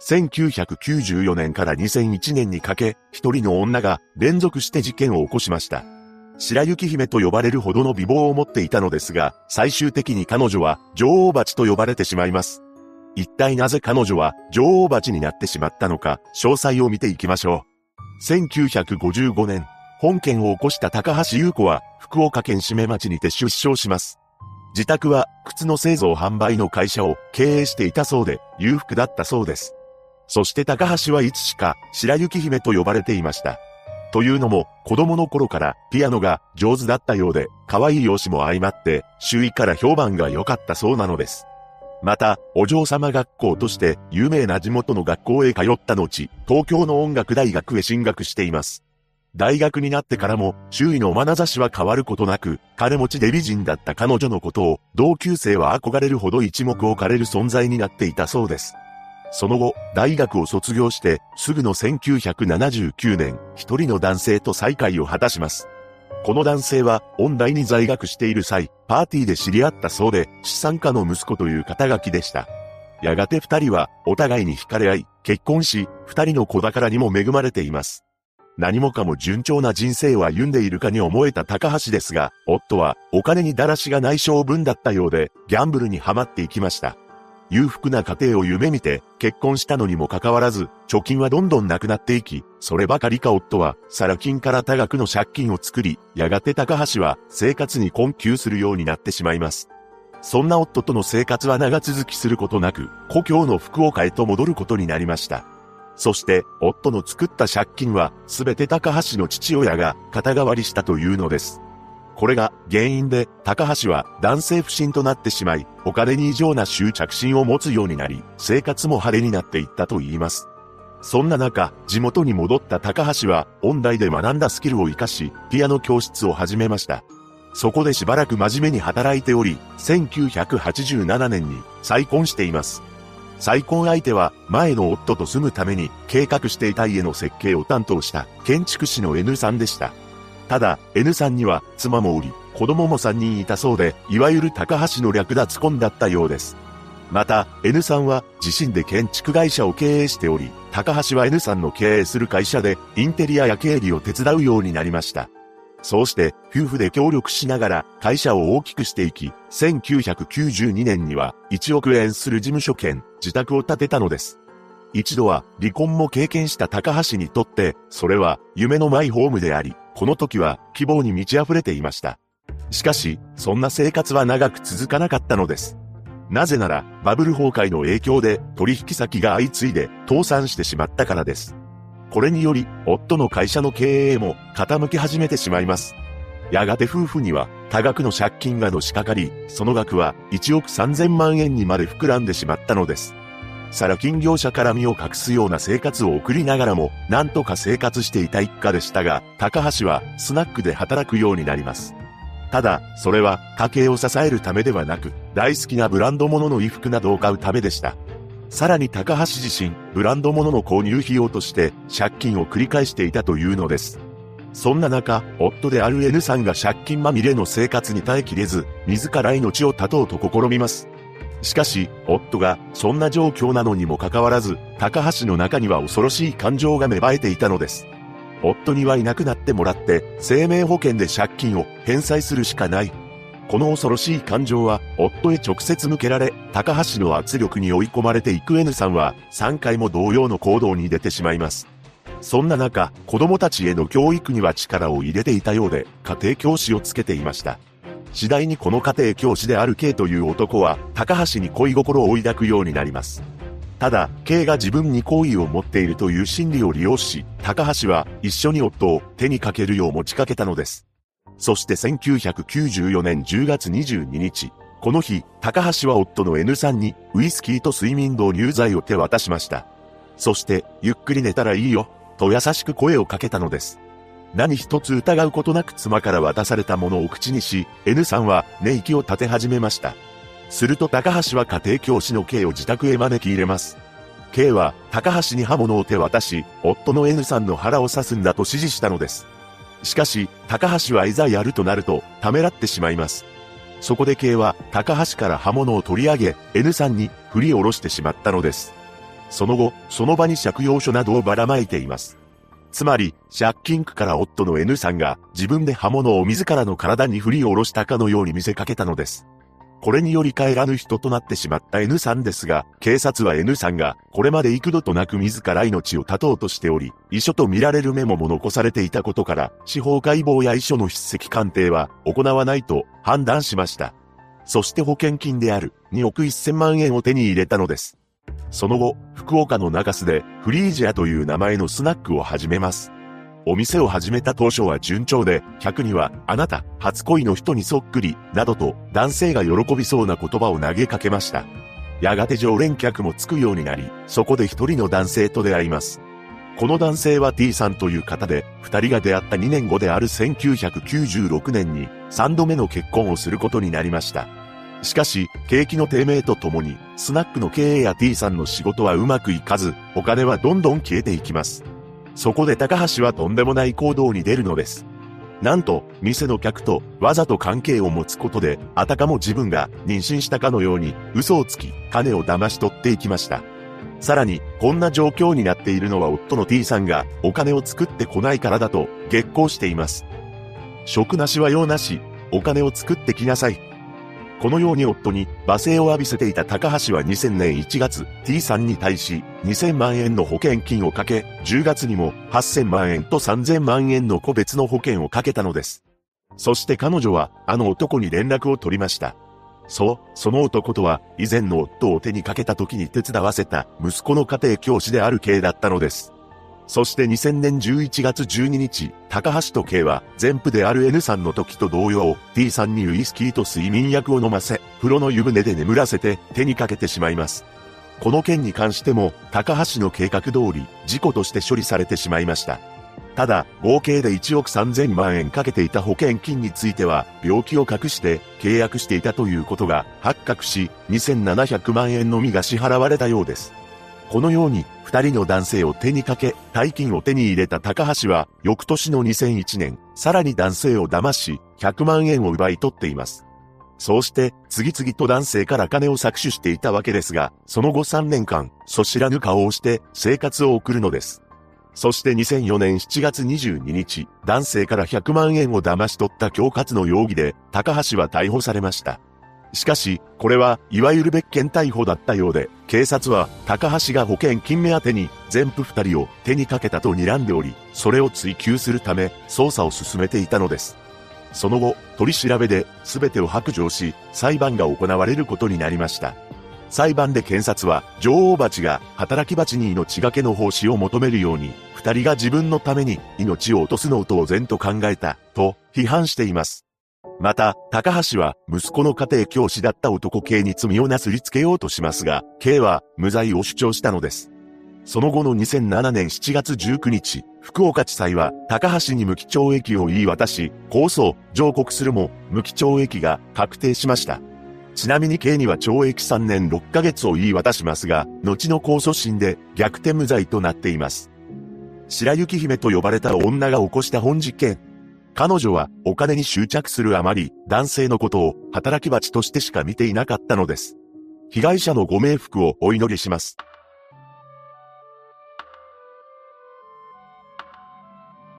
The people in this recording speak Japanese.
1994年から2001年にかけ、一人の女が連続して事件を起こしました。白雪姫と呼ばれるほどの美貌を持っていたのですが、最終的に彼女は女王蜂と呼ばれてしまいます。一体なぜ彼女は女王蜂になってしまったのか、詳細を見ていきましょう。1955年、本件を起こした高橋優子は、福岡県志免町にて出生します。自宅は、靴の製造販売の会社を経営していたそうで、裕福だったそうです。そして高橋はいつしか、白雪姫と呼ばれていました。というのも、子供の頃からピアノが上手だったようで、可愛い容姿も相まって、周囲から評判が良かったそうなのです。また、お嬢様学校として有名な地元の学校へ通った後、東京の音楽大学へ進学しています。大学になってからも、周囲の眼差しは変わることなく、金持ちで美人だった彼女のことを、同級生は憧れるほど一目置かれる存在になっていたそうです。その後、大学を卒業して、すぐの1979年、一人の男性と再会を果たします。この男性は、音大に在学している際、パーティーで知り合ったそうで、資産家の息子という肩書きでした。やがて二人は、お互いに惹かれ合い、結婚し、二人の子宝にも恵まれています。何もかも順調な人生を歩んでいるかに思えた高橋ですが、夫は、お金にだらしがない性分だったようで、ギャンブルにはまっていきました。裕福な家庭を夢見て結婚したのにもかかわらず、貯金はどんどんなくなっていき、そればかりか夫は、サラ金から多額の借金を作り、やがて高橋は生活に困窮するようになってしまいます。そんな夫との生活は長続きすることなく、故郷の福岡へと戻ることになりました。そして、夫の作った借金は、すべて高橋の父親が肩代わりしたというのです。これが原因で高橋は男性不信となってしまい、お金に異常な執着心を持つようになり、生活も派手になっていったと言います。そんな中、地元に戻った高橋は音大で学んだスキルを活かし、ピアノ教室を始めました。そこでしばらく真面目に働いており、1987年に再婚しています。再婚相手は前の夫と住むために計画していた家の設計を担当した建築士の N さんでした。ただ、N さんには妻もおり、子供も3人いたそうで、いわゆる高橋の略奪婚だったようです。また、N さんは自身で建築会社を経営しており、高橋は N さんの経営する会社でインテリアや経理を手伝うようになりました。そうして、夫婦で協力しながら会社を大きくしていき、1992年には1億円する事務所兼自宅を建てたのです。一度は離婚も経験した高橋にとって、それは夢のマイホームであり、この時は希望に満ち溢れていました。しかし、そんな生活は長く続かなかったのです。なぜなら、バブル崩壊の影響で取引先が相次いで倒産してしまったからです。これにより、夫の会社の経営も傾き始めてしまいます。やがて夫婦には多額の借金がのしかかり、その額は1億3000万円にまで膨らんでしまったのです。サラ金業者から身を隠すような生活を送りながらも、なんとか生活していた一家でしたが、高橋はスナックで働くようになります。ただ、それは家計を支えるためではなく、大好きなブランド物の衣服などを買うためでした。さらに高橋自身、ブランド物の購入費用として借金を繰り返していたというのです。そんな中、夫である N さんが借金まみれの生活に耐えきれず、自ら命を絶とうと試みます。しかし、夫がそんな状況なのにもかかわらず、高橋の中には恐ろしい感情が芽生えていたのです。夫にはいなくなってもらって、生命保険で借金を返済するしかない。この恐ろしい感情は、夫へ直接向けられ、高橋の圧力に追い込まれていく N さんは、3回も同様の行動に出てしまいます。そんな中、子供たちへの教育には力を入れていたようで、家庭教師をつけていました。次第にこの家庭教師である K という男は、高橋に恋心を抱くようになります。ただ、K が自分に好意を持っているという心理を利用し、高橋は一緒に夫を手にかけるよう持ちかけたのです。そして1994年10月22日、この日、高橋は夫の N さんにウイスキーと睡眠導入剤を手渡しました。そして、ゆっくり寝たらいいよ、と優しく声をかけたのです。何一つ疑うことなく妻から渡されたものを口にし、N さんは寝息を立て始めました。すると高橋は家庭教師の K を自宅へ招き入れます。K は高橋に刃物を手渡し、夫の N さんの腹を刺すんだと指示したのです。しかし、高橋はいざやるとなると、ためらってしまいます。そこで K は高橋から刃物を取り上げ、N さんに振り下ろしてしまったのです。 その後、その場に借用書などをばらまいています。つまり、借金苦から夫の N さんが自分で刃物を自らの体に振り下ろしたかのように見せかけたのです。これにより帰らぬ人となってしまった N さんですが、警察は N さんがこれまで幾度となく自ら命を絶とうとしており、遺書と見られるメモも残されていたことから、司法解剖や遺書の筆跡鑑定は行わないと判断しました。そして保険金である2億1000万円を手に入れたのです。その後、福岡の中洲でフリージアという名前のスナックを始めます。お店を始めた当初は順調で、客には、あなた、初恋の人にそっくり、などと、男性が喜びそうな言葉を投げかけました。やがて常連客もつくようになり、そこで一人の男性と出会います。この男性は T さんという方で、二人が出会った2年後である1996年に、3度目の結婚をすることになりました。しかし、景気の低迷とともに、スナックの経営や T さんの仕事はうまくいかず、お金はどんどん消えていきます。そこで高橋はとんでもない行動に出るのです。なんと、店の客とわざと関係を持つことで、あたかも自分が妊娠したかのように嘘をつき、金を騙し取っていきました。さらに、こんな状況になっているのは夫の T さんがお金を作ってこないからだと激高しています。食なしは用なし、お金を作ってきなさい。このように夫に罵声を浴びせていた高橋は2000年1月、T さんに対し2000万円の保険金をかけ、10月にも8000万円と3000万円の個別の保険をかけたのです。そして彼女はあの男に連絡を取りました。そう、その男とは以前の夫を手にかけた時に手伝わせた息子の家庭教師である K だったのです。そして2000年11月12日、高橋と K は前夫である N さんの時と同様、T さんにウイスキーと睡眠薬を飲ませ、風呂の湯船で眠らせて手にかけてしまいます。この件に関しても、高橋の計画通り、事故として処理されてしまいました。ただ、合計で1億3000万円かけていた保険金については、病気を隠して契約していたということが発覚し、2700万円のみが支払われたようです。このように、二人の男性を手にかけ、大金を手に入れた高橋は、翌年の2001年、さらに男性を騙し、100万円を奪い取っています。そうして、次々と男性から金を搾取していたわけですが、その後3年間、素知らぬ顔をして生活を送るのです。そして2004年7月22日、男性から100万円を騙し取った恐喝の容疑で、高橋は逮捕されました。しかし、これはいわゆる別件逮捕だったようで、警察は高橋が保険金目当てに前夫二人を手にかけたと睨んでおり、それを追及するため捜査を進めていたのです。その後、取り調べで全てを白状し、裁判が行われることになりました。裁判で検察は、女王蜂が働き蜂に命がけの奉仕を求めるように、二人が自分のために命を落とすのを当然と考えた、と批判しています。また、高橋は息子の家庭教師だった男 K に罪をなすりつけようとしますが、K は無罪を主張したのです。その後の2007年7月19日、福岡地裁は高橋に無期懲役を言い渡し、控訴、上告するも無期懲役が確定しました。ちなみに K には懲役3年6ヶ月を言い渡しますが、後の控訴審で逆転無罪となっています。白雪姫と呼ばれた女が起こした本事件。彼女はお金に執着するあまり、男性のことを働き蜂としてしか見ていなかったのです。被害者のご冥福をお祈りします。